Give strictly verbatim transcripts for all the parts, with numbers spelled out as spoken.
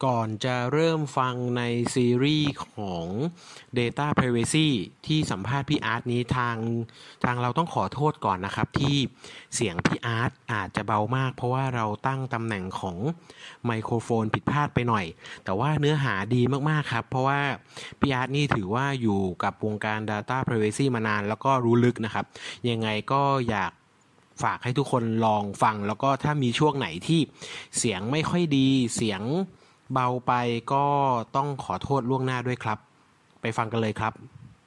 ก่อนจะเริ่มฟังในซีรีส์ของ Data Privacy ที่สัมภาษณ์พี่อาร์ตนี้ทางทางเราต้องขอโทษก่อนนะครับที่เสียงพี่อาร์ตอาจจะเบามากเพราะว่าเราตั้งตำแหน่งของไมโครโฟนผิดพลาดไปหน่อยแต่ว่าเนื้อหาดีมากๆครับเพราะว่าพี่อาร์ตนี่ถือว่าอยู่กับวงการ Data Privacy มานานแล้วก็รู้ลึกนะครับยังไงก็อยากฝากให้ทุกคนลองฟังแล้วก็ถ้ามีช่วงไหนที่เสียงไม่ค่อยดีเสียงเบาไปก็ต้องขอโทษล่วงหน้าด้วยครับไปฟังกันเลยครับ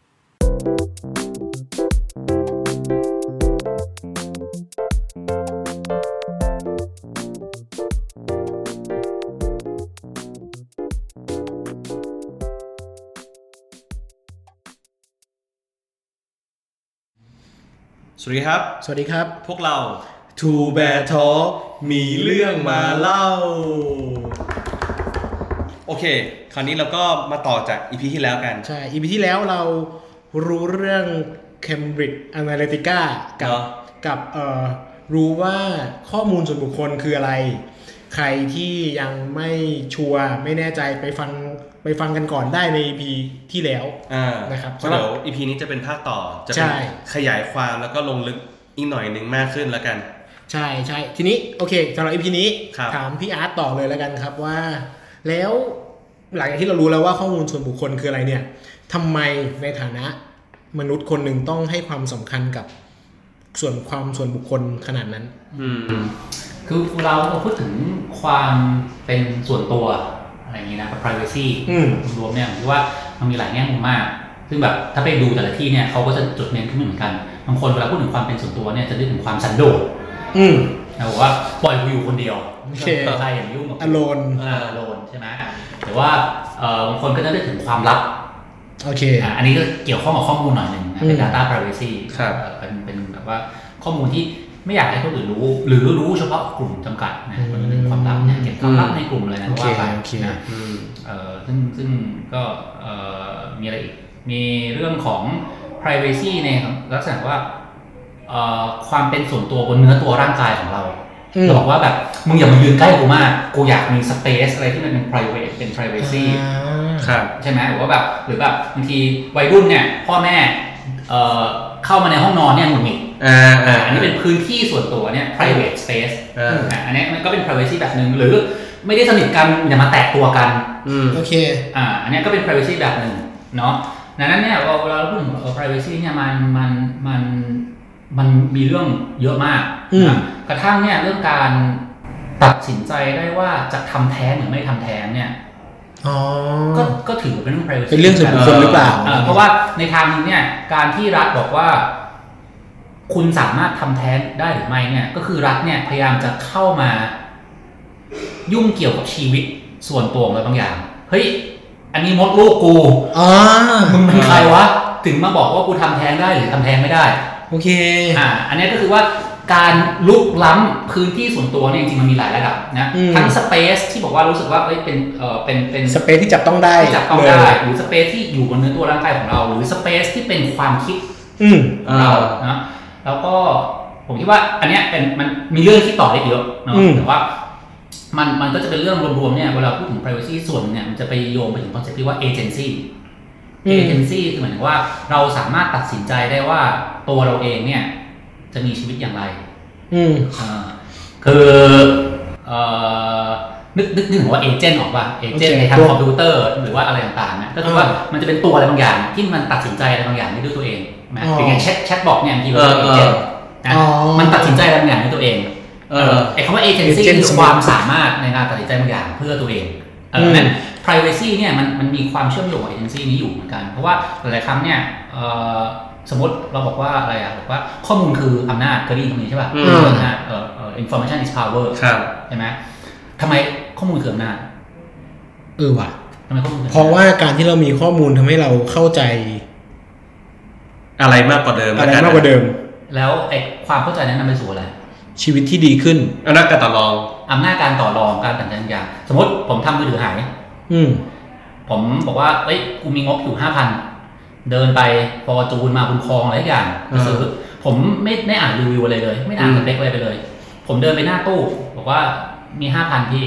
สวัสดีครับสวัสดีครับพวกเรา Two Bear Talk มีเรื่องมาเล่าโอเคคราวนี้เราก็มาต่อจาก อี พี ที่แล้วกันใช่ อี พี ที่แล้วเรารู้เรื่อง Cambridge Analytica กับกับเอ่อรู้ว่าข้อมูลส่วนบุคคลคืออะไรใครที่ยังไม่ชัวร์ไม่แน่ใจไปฟังไปฟังกันก่อนได้ใน อี พี ที่แล้วนะครับเดี๋ยว อี พี นี้จะเป็นภาคต่อจะเป็นขยายความแล้วก็ลงลึกอีกหน่อยนึงมากขึ้นแล้วกันใช่ใช่ทีนี้โอเคสำหรับ อี พี นี้ถามพี่อาร์ตต่อเลยแล้วกันครับว่าแล้วหลังจากที่เรารู้แล้วว่าข้อมูลส่วนบุคคลคืออะไรเนี่ยทำไมในฐานะมนุษย์คนหนึ่งต้องให้ความสำคัญกับส่วนความส่วนบุคคลขนาดนั้นอืมคือเราพูดถึงความเป็นส่วนตัวอะไรอย่างนี้นะกับ privacy รวมๆเนี่ยผมคิดว่ามันมีหลายแง่มุมมากซึ่งแบบถ้าไปดูแต่ละที่เนี่ยเขาก็จะจดเน้นขึ้นเหมือนกันบางคนเวลาพูดถึงความเป็นส่วนตัวเนี่ยจะนึกถึงความสันโดษนะบอกว่าปล่อยกูอยู่คนเดียวไม่ใครอย่างยุ่งกับ alone alone ใช่ไหมหรือว่าบางคนก็จะนึกถึงความลับโอเคอันนี้ก็เกี่ยวข้องกับข้อมูลหน่อยนึงเป็น data privacy เป็นเป็นแบบว่าข้อมูลที่ไม่อยากให้คนอื่นรู้หรือรู้เฉพาะกลุ่มจำกัดนะมันเป็นความลับเนี่ยเก็บความลับในกลุ่มเลยนะว่าไปนะซึ่งซึ่งก็มีอะไรอีกมีเรื่องของ privacy ในลักษณะว่าความเป็นส่วนตัวบนเนื้อตัวร่างกายของเราเราบอกว่าแบบมึงอย่ามายืนใกล้กูมากกูอยากมี space อะไรที่มันเป็น private เป็น privacy ใช่ไหมหรือว่าแบบหรือแบบบางทีวัยรุ่นเนี่ยพ่อแม่เข้ามาในห้องนอนเนี่ยหงุดหงิดอันนี้เป็นพื้นที่ส่วนตัวเนี่ย private space อันนี้มันก็เป็น privacy แบบนึงหรือไม่ได้สนิทกันอย่ามาแตะตัวกันโอเคอ่าอันนี้ก็เป็น privacy แบบนึงเนาะดังนั้นเนี่ยเวลาเราพูดถึง privacy เนี่ยมันมันมันมันมีเรื่องเยอะมากนะกระทั่งเนี่ยเรื่องการตัดสินใจได้ว่าจะทำแท้งหรือไม่ทำแท้งเนี่ยก็ก็ถือเป็นเรื่อง privacy เป็นเรื่องส่วนบุคคลหรือเปล่าเพราะว่าในทางนึงเนี่ยการที่รัฐบอกว่าคุณสามารถทำแท้งได้หรือไม่เนี่ยก็คือรัฐเนี่ยพยายามจะเข้ามายุ่งเกี่ยวกับชีวิตส่วนตัวอะไรบางอย่างเฮ้ยอันนี้มดลูกกูอ๋อมึงเป็นใครวะถึงมาบอกว่ากูทำแท้งได้หรือทำแท้งไม่ได้โอเคอ่าอันนี้ก็คือว่าการลุกล้ำพื้นที่ส่วนตัวเนี่ยจริงๆมันมีหลายระดับนะทั้งสเปซที่บอกว่ารู้สึกว่าเอ้ยเป็นเอ่อเป็นเป็นสเปซที่จับต้องได้จับต้องได้หรือสเปซที่อยู่บนเนื้อตัวร่างกายของเราหรือสเปซที่เป็นความคิดของเรานะแล้วก็ผมคิดว่าอันเนี้ยเป็นมันมีเรื่องที่ต่อได้เยอะเนาะแต่ว่ามันมันก็จะเป็นเรื่องรวมๆเนี่ยเวลาพูดถึง privacy ส่วนเนี่ยมันจะไปโยงไปถึงคอนเซ็ปต์ที่ว่า agency agency คือหมายถึงว่าเราสามารถตัดสินใจได้ว่าตัวเราเองเนี่ยจะมีชีวิตอย่างไรอืมอ่าคือเอ่อนึกนึกนึกถึงว่าเอเจนต์ออกป่ะเอเจนต์ในทางคอมพิวเตอร์หรือว่าอะไรต่างๆนะก็คือว่ามันจะเป็นตัวอะไรบางอย่างที่มันตัดสินใจอะไรบางอย่างด้วยตัวเองนะอย่างเงี้ยแชทแชทบอกเนี่ยบางทีมันเป็นเอเจนต์นะมันตัดสินใจอะไรบางอย่างด้วยตัวเองเออไอ้คำว่าเอเจนซี่คือความสามารถในการตัดสินใจบางอย่างเพื่อตัวเองเออนั้น privacy เนี่ยมันมันมีความเชื่อมโยงกับ agency นี้อยู่เหมือนกันเพราะว่าหลายๆครั้งเนี่ยสมมติเราบอกว่าอะไรอ่ะบอกว่าข้อมูลคืออำนาจเคยได้ยินคำนี้ใช่ป่ะอำนาจเอ่อ information is power ใช่ไหมทำไมข้อมูลคืออำนาจเออว่ะทำไมข้อมูลเพราะว่าการที่เรามีข้อมูลทำให้เราเข้าใจอะไรมากกว่าเดิมอะไรมากกว่าเดิมแล้วไอ้ความเข้าใจนั้นนำไปสู่อะไรชีวิตที่ดีขึ้นอำนาจการต่อรองอำนาจการต่อรองการตัดสินใจอย่างสมมติผมทำมือถือหายอืมผมบอกว่าเอ้ยกูมีงบอยู่ ห้าพัน เดินไปฟอร์จูนมาบุญครองอะไรอย่างจะซื้อผมไม่ไม่อ่านรีวิวอะไรเลยไม่อ่านสเปคอะไรไปเลยผมเดินไปหน้าตู้บอกว่ามี ห้าพัน พี่ข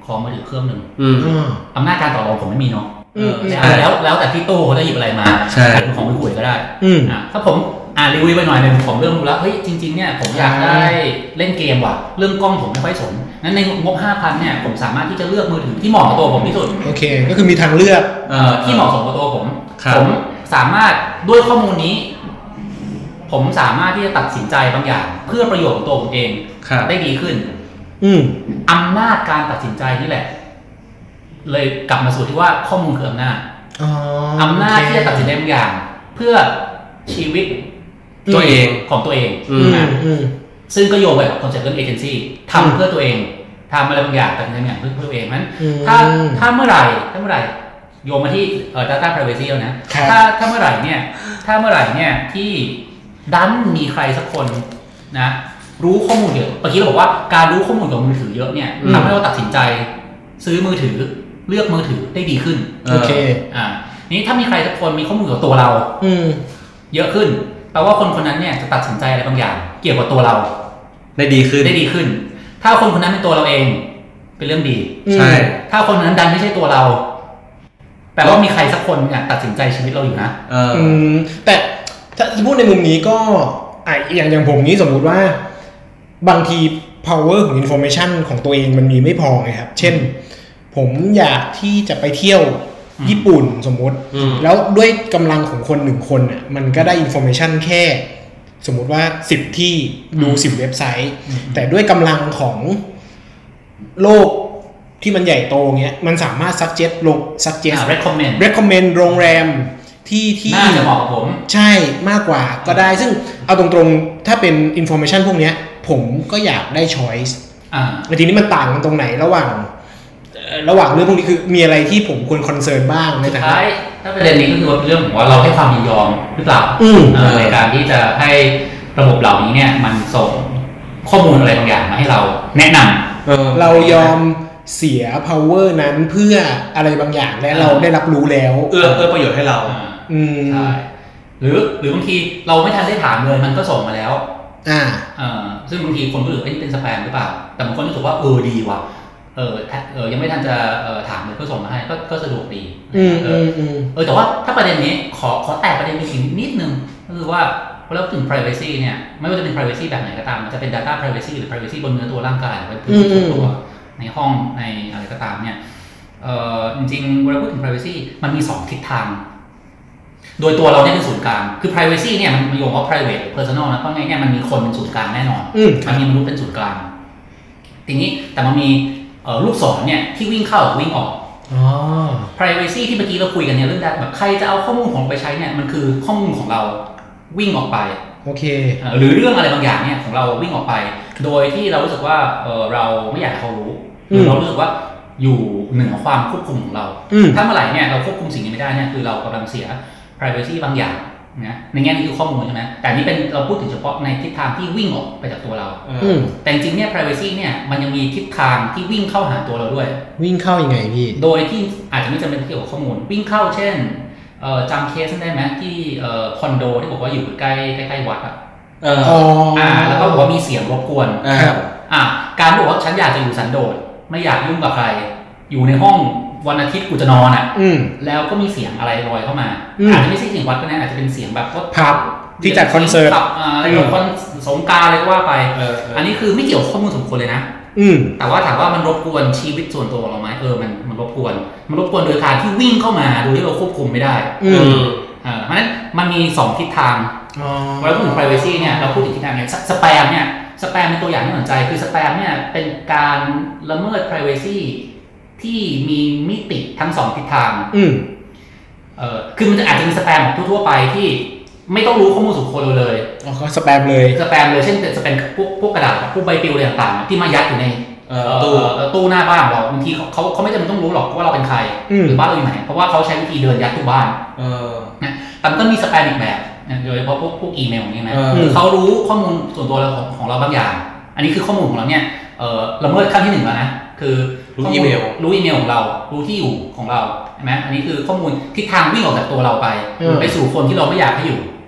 ของมือถือเครื่องหนึ่งอืมอำนาจการต่อรองผมไม่มีเนาะอืมแล้วแล้วแต่พี่ตู้เขาจะหยิบอะไรมาใช่เป็นของพี่กุ๋ยก็ได้อืมอ่ะถ้าผมอ่านรีวิวไปหน่อยหนึงผมเริ่มรู้แล้วเฮ้ยจริงๆเนี่ยผมอยากได้เล่นเกมว่ะเรื่องกล้องผมไม่ค่อยสนงั้นในงบ ห้าพัน เนี่ยผมสามารถที่จะเลือกมือถือที่เหมาะกับตัวผมที่สุดโอเคก็คือมีทางเลือกเอ่อที่เหมาะสมกับตัวผมครับผมสามารถด้วยข้อมูลนี้ ผมสามารถที่จะตัดสินใจบางอย่าง เพื่อประโยชน์ของตัวผมเองครับได้ดีขึ้นอืมอำนาจการตัดสินใจนี่แหละ เลยกลับมาสู่ที่ว่าข้อมูลคืออำนาจอ๋ออำนาจที่จะตัดสินใจบางอย่าง เพื่อชีวิตตัวเองของตัวเองอือืมมอืมซึ่งก็โยงไปกับคอนเซ็ปต์เรื่องเอเจนซี่อืมทำเพื่อตัวเองทำอะไรบางอย่างตัดสินใจบางอย่างเพื่อตัวเองนั้นอืมถ้าถ้าเมื่อไหร่ถ้าเมื่อไหร่โยงมาที่เอ่อ data privacy แล้วนะครับ ถ้าถ้าเมื่อไหร่เนี่ยถ้าเมื่อไหร่เนี่ยที่ดันมีใครสักคนนะรู้ข้อมูลเยอะเมื่อกี้เราบอกว่าการรู้ข้อมูลกับมือถือเยอะเนี่ยทำให้เราตัดสินใจซื้อมือถือเลือกมือถือได้ดีขึ้นโอเคอ่านี้ถ้ามีใครสักคนมีข้อมูลกับตัวเราอืมเยอะขึ้นแปลว่าคนคนนั้นเนี่ยจะตัดสินใจอะไรบางอย่าง เกี่ยวกับตัวเราได้ดีขึ้นได้ดีขึ้น ถ้าคนคนนั้นเป็นตัวเราเองเป็นเรื่องดีใช่ถ้าคนนั้นดันไม่ใช่ตัวเรา แปลว่ามีใครสักคนเนี่ยตัดสินใจชีวิตเราอยู่นะเอออืมแต่ถ้าจะพูดในมุมนี้ก็อ่ะอย่างอย่างผมนี้สมมุติว่าบางที power ของ information ของตัวเองมันมีไม่พอไงครับ เช่น ผมอยากที่จะไปเที่ยวญี่ปุ่นสมมุติอืมแล้วด้วยกำลังของคนหนึ่งคนอ่ะมันก็ได้ information แค่สมมุติว่าสิบที่ดูสิบเว็บไซต์ แต่ด้วยกำลังของโลกที่มันใหญ่โตเงี้ยมันสามารถ suggest ลง suggest อ่า recommend recommend โรงแรมที่ที่น่าจะเหมาะกับผมใช่มากกว่าก็ได้ซึ่งเอาตรงๆถ้าเป็น information พวกเนี้ยผมก็อยากได้ choice อ่าแต่ทีนี้มันต่างกันตรงไหนระหว่างเอ่อระหว่างเรื่องพวกนี้คือมีอะไรที่ผมควร concern บ้างในสุดฐานะท้ายถ้าประเด็นนี้ก็คือว่าเป็นเรื่องของว่าเราให้ความยินยอมหรือเปล่าอืมเอ่อในการที่จะให้ระบบเหล่านี้เนี่ยมันส่งข้อมูลอะไรบางอย่างมาให้เราแนะนำเออเรายอมเสีย power นั้นเพื่ออะไรบางอย่างและเราได้รับรู้แล้วเอื้อเอื้อประโยชน์ให้เราอ่าอืมใช่หรือหรือบางทีเราไม่ทันได้ถามเลยมันก็ส่งมาแล้วอ่าเอ่อซึ่งบางทีคนก็รู้สึกว่านี่เป็นสแปมหรือเปล่าแต่บางคนรู้สึกว่าเออดีว่ะเออถ้าเออยังไม่ทันจะเออถามเลยก็ส่งมาให้ก็ก็สะดวกดีอืมเออือมอืมเออแต่ว่าถ้าประเด็นนี้ขอขอแตะประเด็นนี้อีกนิดนึงก็คือว่าพอเราถึง privacy เนี่ยไม่ว่าจะเป็น privacy แบบไหนก็ตามมันจะเป็น data privacy หรือ privacy บนเนื้อตัวร่างกายหรือเป็นพื้นที่ส่วนตัวในห้องในอะไรก็ตามเนี่ยเออจริงๆเวลาพูดถึง privacy มันมีสองทิศทางโดยตัวเราเนี่ยเป็นศูนย์กลางคือ privacy เนี่ยมันมันโยงว่า private personal นะเพราะไงเนี่ยมันมีคนเป็นศูนย์กลางแน่นอนอืมมันมีมนุษย์เป็นศูนย์กลางทีนี้แต่มันมีเอ่อลูกศรเนี่ยที่วิ่งเข้ากับวิ่งออกอ๋อ privacy ที่เมื่อกี้เราคุยกันเนี่ยเรื่องแบบใครจะเอาข้อมูลของเราไปใช้เนี่ยมันคือข้อมูลของเราวิ่งออกไปโอเคเอ่อหรือเรื่องอะไรบางอย่างเนี่ยของเราวิ่งออกไป โดยที่เรารู้สึกว่าเอ่อเราไม่อยากให้เขารู้หรือเรารู้สึกว่าอยู่เหนือความควบคุมของเราอืมถ้าเมื่อไหร่เนี่ยเราควบคุมสิ่งนี้ไม่ได้เนี่ยคือเรากำลังเสีย privacy บางอย่างนะในแง่นี้คือข้อมูลใช่ไหมแต่นี่เป็นเราพูดถึงเฉพาะในทิศทางที่วิ่งออกไปจากตัวเราอืมแต่จริงๆเนี่ย privacy เนี่ยมันยังมีทิศทางที่วิ่งเข้าหาตัวเราด้วยวิ่งเข้ายังไงพี่โดยที่อาจจะไม่จำเป็นเกี่ยวกับข้อมูลวิ่งเข้าเช่นเอ่อจำเคสได้ไหมที่เอ่อคอนโดที่บอกว่าอยู่ใกล้ใกล้ๆวัดอ่ะเอออ๋ออ่าแล้วก็บอกว่ามีเสียงรบกวนอ่าครับอ่าการบอกว่าฉันอยากจะอยู่สันโดษไม่อยากยุ่งกับใคร อยู่ในห้องวันอาทิตย์กูจะนอนอ่ะอืมแล้วก็มีเสียงอะไรลอยเข้ามาอืมอาจจะไม่ใช่เสียงวัดก็ได้อาจจะเป็นเสียงแบบรถผับที่จัดคอนเสิร์ตผับอ่าอะไรแบบคอนสงกรานต์อะไรก็ว่าไปเออเอออันนี้คือไม่เกี่ยวกับข้อมูลส่วนบุคคลเลยนะอืมแต่ว่าถามว่ามันรบกวนชีวิตส่วนตัวของเราไหมเออมันมันรบกวนมันรบกวนโดยการที่วิ่งเข้ามาโดยที่เราควบคุมไม่ได้อืมอ่าเพราะฉะนั้นมันมีสองทิศทางอ๋อเวลาพูดถึง privacy เนี่ยเราพูดถึงทิศทางเนี่ยสแปมเนี่ยสแปมเป็นตัวอย่างที่น่าสนใจคือสแปมเนี่ยเป็นการละเมิด privacy ที่มีมิติทั้งสองทิศทางอืมเออคือมันจะอาจจะมีสแปมแบบทั่วๆไปที่ไม่ต้องรู้ข้อมูลส่วนบุคคลเราเลยอ๋อก็สแปมเลยสแปมเลยเช่นสแปมพวกพวกกระดาษพวกใบปลิวอะไรต่างๆที่มายัดอยู่ในเออตู้เอ่อตู้หน้าบ้านของเราบางทีเขาเขาเขาไม่จำเป็นต้องรู้หรอกว่าเราเป็นใครอืมหรือบ้านเราอยู่ไหนเพราะว่าเขาใช้วิธีเดินยัดทุกบ้านเออนะแต่มันก็มีสแปมอีกแบบนะโดยเฉพาะพวกพวกอีเมลอย่างนี้นะเออคือเขารู้ข้อมูลส่วนตัวเราของของเราบางอย่าง อันนี้คือข้อมูลของเราเนี่ยเอ่อละเมิดขั้นที่หนึ่งแล้วนะคือรู้อีเมลรู้อีเมลของเรารู้ที่อยู่ของเราใช่ไหมอันนี้คือข้อมูลทิศทางวิ่งออกจากตัวเราไปอืมไปสู่คนที่เราไม่อยากให้อยู่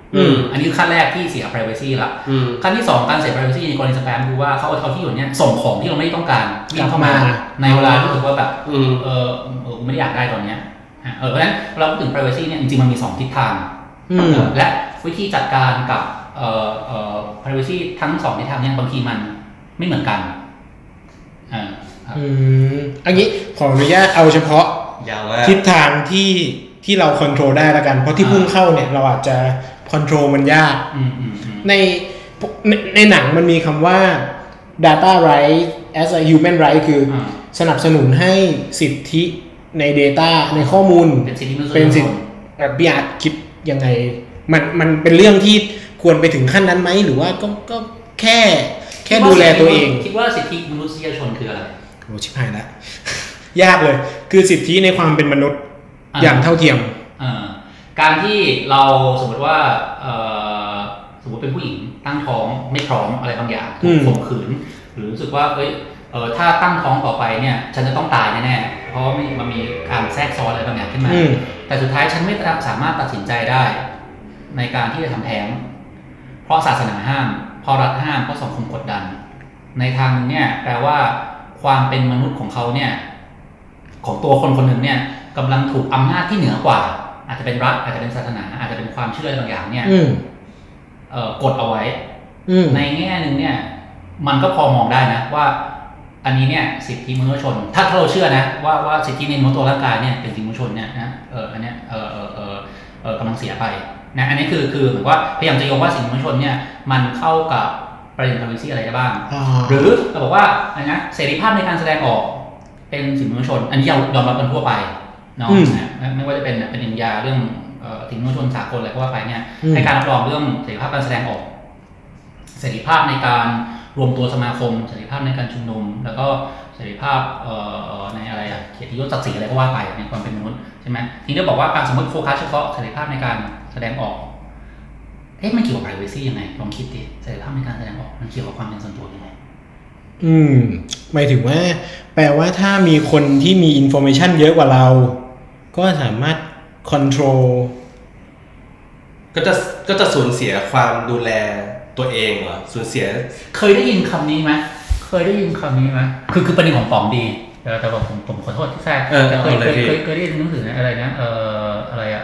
อืมอันนี้คือขั้นแรกที่เสีย privacy ละขั้นที่สองการเสีย privacy ในกรณีสแปมคือว่าเขาเอาที่อยู่เนี้ยส่งของที่เราไม่ต้องการวิ่งเข้ามาในเวลาที่รู้สึกว่าแบบเออเออไม่ได้อยากได้ตอนเนี้ยเออเพราะฉะนั้นเราพูดถึง privacy เนี่ยจริงๆมันมีสองทิศทางและวิธีจัดการกับเอ่อเอ่อ privacy ทั้งสองทิศทางเนี่ยบางทีมันไม่เหมือนกันอ่าอืมอันนี้ขออนุญาตเอาเฉพาะทิศทางที่ที่เราควบคุมได้ละกันเพราะที่พุ่งเข้าเนี่ยเราอาจจะควบคุมมันยากในในในหนังมันมีคำว่า data right as a human right คือสนับสนุนให้สิทธิใน data ในข้อมูลเป็นสิทธิแบบพี่อาร์ตคิดยังไงมันมันเป็นเรื่องที่ควรไปถึงขั้นนั้นไหมหรือว่าก็ก็แค่แค่ดูแลตัวเองคิดว่าสิทธิมนุษยชนคืออะไรโอ้ชิบหายแล้วยากเลยคือสิทธิในความเป็นมนุษย์อย่างเท่าเทียมการที่เราสมมติว่าสมมติเป็นผู้หญิงตั้งท้องไม่พร้อมอะไรบางอย่างถูกข่มขืนหรือรู้สึกว่าเอ้ยเออถ้าตั้งท้องต่อไปเนี่ยฉันจะต้องตายแน่ๆเพราะมันมีการแทรกซ้อนอะไรบางอย่างขึ้นมาแต่สุดท้ายฉันไม่สามารถตัดสินใจได้ในการที่จะทำแท้งเพราะศาสนาห้ามเพราะรัฐห้ามเพราะสังคมกดดันในทางเนี่ยแปลว่าความเป็นมนุษย์ของเขาเนี่ยของตัวคนคนหนึ่งเนี่ยกำลังถูกอำนาจที่เหนือกว่าอาจจะเป็นรัฐอาจจะเป็นศาสนาอาจจะเป็นความเชื่อบางอย่างเนี่ยเอ่อกดเอาไว้ในแง่นึงเนี่ยมันก็พอมองได้นะว่าอันนี้เนี่ยสิทธิมนุษยชนถ้าเราเชื่อนะว่าว่าสิทธิในมนุษย์ตัวร่างกายเนี่ยเป็นสิทธิมนุษยชนเนี่ยนะเอออันเนี้ยเออเออเออเออกำลังเสียไปนะอันนี้คือคือเหมือนว่าพยายามจะโยงว่าสิทธิมนุษยชนเนี่ยมันเข้ากับประเด็น privacy อะไรได้บ้างหรือเราบอกว่าอะไรนะเสรีภาพในการแสดงออกเป็นสิทธิมนุษยชนอันนี้ยอมรับกันทั่วไปเนาะไม่ว่าจะเป็นเป็นอินยาเรื่องสิทธิมนุษยชนสากลอะไรก็ว่าไปเนี่ยในการรับรองเรื่องเสรีภาพการแสดงออกเสรีภาพในการรวมตัวสมาคมเสรีภาพในการชุมนุมแล้วก็เสรีภาพในอะไรอะเกียรติยศศักดิ์ศรีอะไรก็ว่าไปในความเป็นมนุษย์ใช่ไหมทีนี้บอกว่าการสมมติโฟกัสเฉพาะเสรีภาพในการแสดงออกเอ๊ะมันเกี่ยวกับ privacy ยังไงลองคิดดิเสรีภาพในการแสดงออกมันเกี่ยวกับความเป็นส่วนตัวยังไงอืมหมายถึงว่าแปลว่าถ้ามีคนที่มี information เยอะกว่าเราก็สามารถ control ก็จะก็จะสูญเสียความดูแลตัวเองเหรอสูญเสียเคยได้ยินคำนี้ไหมเคยได้ยินคำนี้ไหมคือคือประเด็นของป๋องดีแต่แต่ว่าผมผมขอโทษที่แทรกแต่เคยเคยเคยเคยได้ยินหนังสืออะไรนะเอ่ออะไรอะ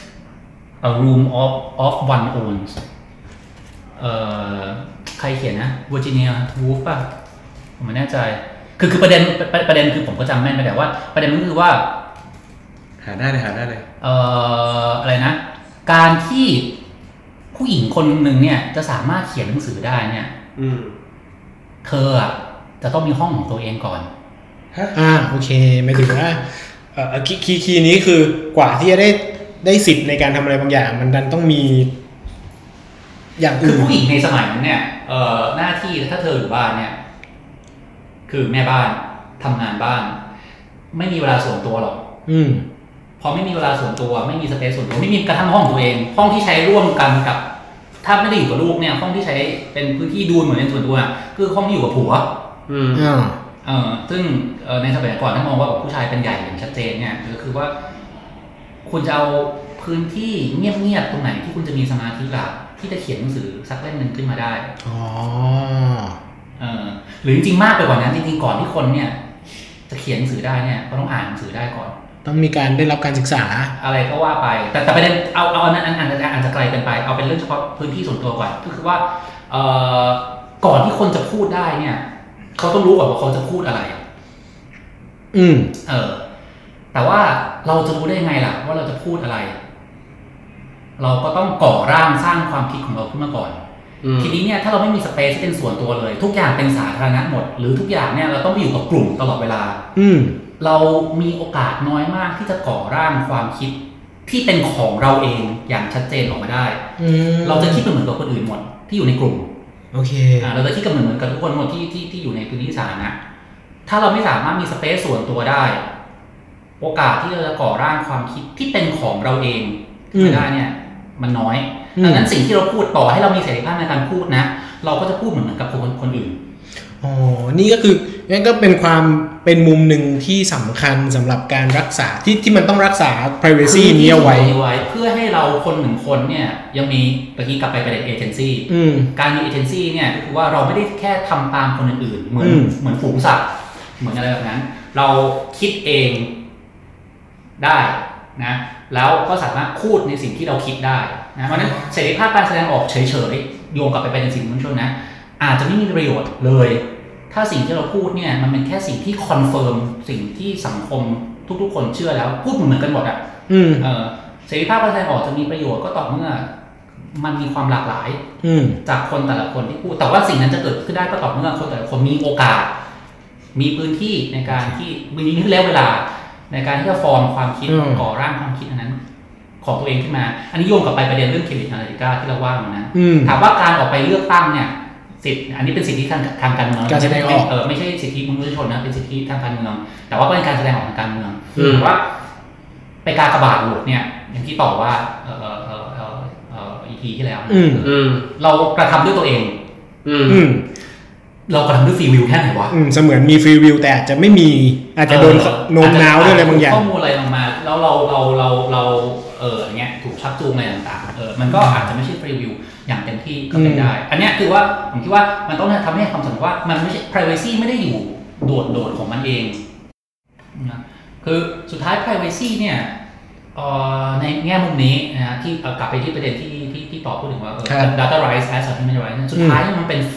A Room of of One Owns เอ่อใครเขียนนะ Virginia Woolf ป่ะผมไม่แน่ใจคือคือประเด็นประเด็นคือผมก็จำแม่นไปแต่ว่าประเด็นก็คือว่าหาได้เลยหาได้เลยเอ่ออะไรนะการที่ผู้หญิงคนหนึ่งเนี่ยจะสามารถเขียนหนังสือได้เนี่ยเธออ่ะจะต้องมีห้องของตัวเองก่อนอ่าโอเคหมายถึงว่าเอ่อคีย์คีย์นี้คือกว่าที่จะได้ได้สิทธิ์ในการทำอะไรบางอย่างมันดันต้องมีอย่างอื่นคือผู้หญิงในสมัยนั้นเนี่ยเอ่อหน้าที่ถ้าเธออยู่บ้านเนี่ยคือแม่บ้านทำงานบ้านไม่มีเวลาส่วนตัวหรอกอืมพอไม่มีเวลาส่วนตัวไม่มีสเปซส่วนตัวไม่มีกระทั่งห้องตัวเองห้องที่ใช้ร่วมกันกับถ้าไม่ได้อยู่กับลูกเนี่ยห้องที่ใช้เป็นพื้นที่ดูเหมือนเป็นส่วนตัวคือห้องที่อยู่กับผัวอืมเออซึ่งในสมัยก่อนถ้ามองว่าผู้ชายเป็นใหญ่อย่างชัดเจนเนี่ยก็คือว่าคุณจะเอาพื้นที่เงียบๆตรงไหนที่คุณจะมีสมาธิหลักที่จะเขียนหนังสือสักเล่มนึงขึ้นมาได้อ๋อเออหรือจริงๆมากไปกว่านั้นจริงๆก่อนที่คนเนี่ยจะเขียนหนังสือได้เนี่ยก็ต้องอ่านหนังสือได้ก่อนต้องมีการได้รับการศึกษาอะไรก็ว่าไปแต่แต่ประเด็นเอาเอาอันนั้นอันนั้นอาจจะไกลเป็นไปเอาเป็นเรื่องเฉพาะพื้นที่ส่วนตัวก่อนก็คือว่าเอ่อก่อนที่คนจะพูดได้เนี่ยเขาต้องรู้ก่อนว่าเขาจะพูดอะไรอืมเออแต่ว่าเราจะรู้ได้ยังไงล่ะว่าเราจะพูดอะไรเราก็ต้องก่อร่างสร้างความคิดของเราขึ้นมาก่อนทีนี้เนี่ยถ้าเราไม่มีสเปซที่เป็นส่วนตัวเลยทุกอย่างเป็นสาธารณะหมดหรือทุกอย่างเนี่ยเราต้องไปอยู่กับกลุ่มตลอดเวลาอืมเรามีโอกาสน้อยมากที่จะก่อร่างความคิดที่เป็นของเราเองอย่างชัดเจนออกมาได้เราจะคิดเหมือนกับคนอื่นหมดที่อยู่ในกลุ่มโอเคอ่าเราจะคิดกันเหมือนกับทุกคนหมดที่ที่ที่อยู่ในพื้นที่สาธารณะถ้าเราไม่สามารถมีสเปซส่วนตัวได้โอกาสที่เราจะก่อร่างความคิดที่เป็นของเราเองไม่ได้เนี่ยมันน้อยดังนั้นสิ่งที่เราพูดต่อให้เรามีเสรีภาพในการพูดนะเราก็จะพูดเหมือนกับคนคนอื่นอ๋อนี่ก็คืองั้นก็เป็นความเป็นมุมหนึ่งที่สำคัญสำหรับการรักษาที่ที่มันต้องรักษา privacy นี้เอาไว้เพื่อให้เราคนหนึ่งคนเนี่ยยังมีเมื่อกี้กลับไปประเด็นเอเจนซี่การมีเอเจนซี่เนี่ยก็คือว่าเราไม่ได้แค่ทำตามคนอื่นๆเหมือนเหมือนฝูงสัตว์เหมือนอะไรแบบนั้นเราคิดเองได้นะแล้วก็สามารถพูดในสิ่งที่เราคิดได้นะเพราะนั้นเสรีภาพการแสดงออกเฉยๆโยงกลับไปเป็นสิ่งมวลชนนะอาจจะไม่มีประโยชน์เลยถ้าสิ่งที่เราพูดเนี่ยมันเป็นแค่สิ่งที่คอนเฟิร์มสิ่งที่สังคมทุกๆคนเชื่อแล้วพูดเหมือนกันหมดอ่ะเออเสรีภาพการแสดงออกจะมีประโยชน์ก็ต่อเมื่อมันมีความหลากหลายจากคนแต่ละคนที่พูดแต่ว่าสิ่งนั้นจะเกิดขึ้นได้ก็ต่อเมื่อคนแต่ละคนมีโอกาสมีพื้นที่ในการที่มีแล้วเวลาในการที่จะฟอร์มความคิดก่อร่างความคิดอันนั้นของตัวเองขึ้นมาอันนี้โยงกลับไปประเด็นเรื่อง Cambridge Analytica ที่เราว่ามานะถามว่าการออกไปเลือกตั้งเนี่ยสิทธิ์อันนี้เป็นสิทธิทางทางการเมืองการแสดงออกเออไม่ใช่สิทธิมนุษยชนนะเป็นสิทธิทางการเมืองแต่ว่าเป็นการแสดงออกทางการเมืองหรือว่าไปกากบาทโหวตเนี่ยอย่างที่ต่อว่าเออเออเออเออเออ อี พี ที่แล้วเรากระทำด้วยตัวเองเรากระทำด้วยฟรีวิวแค่ไหนวะเสมือนมีฟรีวิวแต่อาจจะไม่มีอาจจะโดนโน้มน้าวด้วยอะไรบางอย่างข้อมูลอะไรออกมาแล้วเราเราเราเราเอออย่างเงี้ยถูกชักจูงอะไรต่างๆเออมันก็อาจจะไม่ใช่ฟรีวิวอย่างเต็มที่ก็เป็นได้อันเนี้ยคือว่าผมคิดว่ามันต้องทำให้ความสำคัญว่ามันไม่ใช่ privacy ไม่ได้อยู่โดดโดดของมันเองนะคือสุดท้าย privacy เนี่ยในแง่มุมนี้นะที่กลับไปที่ประเด็นที่ที่ที่ต่อพูดถึงว่า data rights as a human right สุดท้ายมันเป็น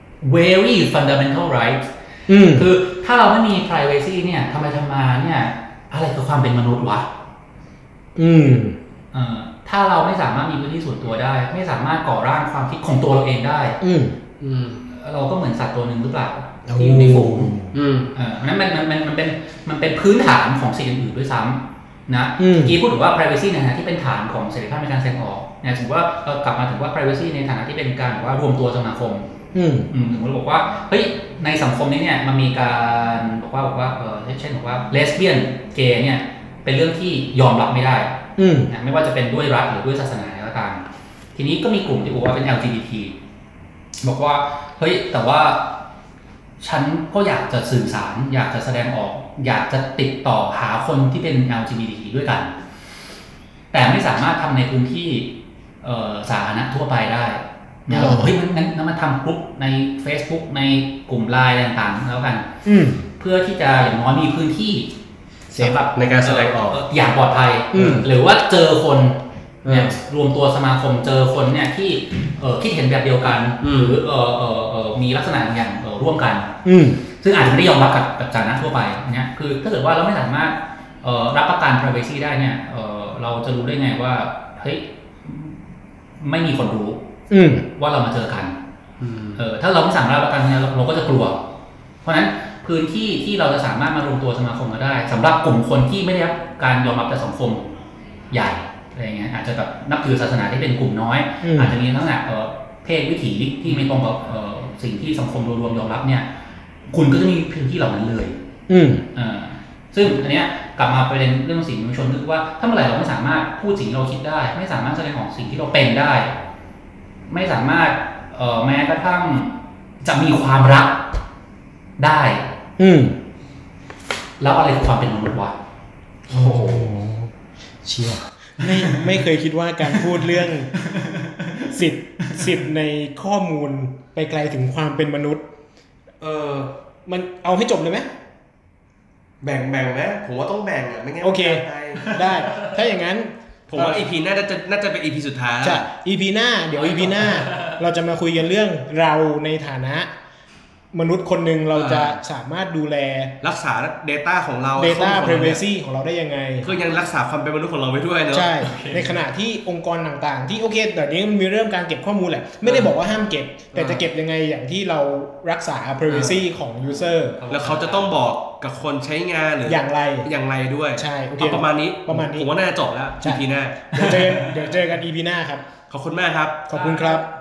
very fundamental right คือถ้าเราไม่มี privacy เนี่ยทำไมทำมาเนี่ยอะไรคือความเป็นมนุษย์วะอืมเอ่อถ้าเราไม่สามารถมีพื้นที่ส่วนตัวได้ไม่สามารถก่อร่างความคิดของตัวเราเองได้อืมอืมเราก็เหมือนสัตว์ตัวหนึ่งหรือเปล่าที่อยู่ในฝูงอืมเอ่อนั้นมันมันมันเป็นมันเป็นพื้นฐานของสิ่งอื่นๆด้วยซ้ำนะเมื่อกี้พูดถึงว่า privacy ในฐานะที่เป็นฐานของเสรีภาพในการแสดงออกเนี่ยถือว่าเรากลับมาถึงว่า privacy ในฐานะที่เป็นการว่ารวมตัวสมาคมอืมอืมผมบอกว่าเฮ้ยในสังคมนี้เนี่ยมันมีการบอกว่าบอกว่าเออเช่นบอกว่าเลสเบี้ยนเกย์เนี่ยเป็นเรื่องที่ยอมรับไม่ได้นะไม่ว่าจะเป็นด้วยรัฐหรือด้วยศาสนาก็ตามทีนี้ก็มีกลุ่มที่บอกว่าเป็น แอล จี บี ที บอกว่าเฮ้ยแต่ว่าฉันก็อยากจะสื่อสารอยากจะแสดงออกอยากจะติดต่อหาคนที่เป็น แอล จี บี ที ด้วยกันแต่ไม่สามารถทำในพื้นที่สาธารณะทั่วไปได้เนี่ยเราบอกเฮ้ยงั้นงั้นมาทำกลุ่มใน Facebook ในกลุ่ม ไลน์ ต่างๆแล้วกันเพื่อที่จะอย่างน้อยมีพื้นที่สำหรับในการแสดงออกอย่างปลอดภัยหรือว่าเจอคนเนี่ยรวมตัวสมาคมเจอคนเนี่ยที่คิดเห็นแบบเดียวกันหรือมีลักษณะอย่างร่วมกันซึ่งอาจจะไม่ได้ยอมรับกับกับสาธารณะทั่วไปเนี่ยคือถ้าเกิดว่าเราไม่สามารถรับประกัน privacy ได้เนี่ยเราจะรู้ได้ไงว่าเฮ้ยไม่มีคนรู้ว่าเรามาเจอกันเออถ้าเราไม่สามารถรับประกันเนี่ยเราก็จะกลัวเพราะฉะนั้นพื้นที่ที่เราจะสามารถมารวมตัวสมาคมมาได้สำหรับกลุ่มคนที่ไม่ได้รับการยอมรับจากสังคมใหญ่อะไรเงี้ยอาจจะแบบนับถือศาสนาที่เป็นกลุ่มน้อยอาจจะมีลักษณะเพศวิถีที่ไม่ตรงกับสิ่งที่สังคมรวมยอมรับเนี่ยคุณก็จะมีพื้นที่เหล่านั้นเลยอ่าซึ่งอันเนี้ยกลับมาประเด็นเรื่องสิ่งมนุษยชนคือว่าถ้าเมื่อไหร่เราไม่สามารถพูดสิ่งที่เราคิดได้ไม่สามารถแสดงออกสิ่งที่เราเป็นได้ไม่สามารถเอ่อแม้กระทั่งจะมีความรักได้อืมแล้วอะไรคือความเป็นมนุษย์วะโอ้โหเชี่ยไม่ไม่เคยคิดว่าการพูดเรื่องสิทธิ์สิทธิ์ในข้อมูลไปไกลถึงความเป็นมนุษย์เออมันเอาให้จบเลยไหมแบ่งแบ่งไหมผมว่าต้องแบ่งอ่ะไม่งั้นโอเคได้ถ้าอย่างนั้นผมว่า อี พี น่าจะน่าจะเป็น อี พี สุดท้ายใช่ อี พี หน้าเดี๋ยว อี พี หน้าเราจะมาคุยกันเรื่องเราในฐานะมนุษย์คนหนึ่งเราจะสามารถดูแลรักษา data ของเรา data privacy ของเราได้ยังไงก็ยังรักษาความเป็นมนุษย์ของเราไว้ด้วยเนอะใช่ ในขณะที่องค์กรต่างๆที่โอเคแต่นี้มันมีเรื่องการเก็บข้อมูลแหละไม่ได้บอกว่าห้ามเก็บแต่จะเก็บยังไงอย่างที่เรารักษา privacy ของ user แล้วเขาจะต้องบอกกับคนใช้งานหรืออย่างไรอย่างไรด้วยใช่โอเคประมาณนี้ประมาณนี้ผมว่าน่าจะจบแล้ว อี พี หน้าเดี๋ยวเจอเดี๋ยวเจอกัน อี พี หน้าครับขอบคุณมากครับขอบคุณครับ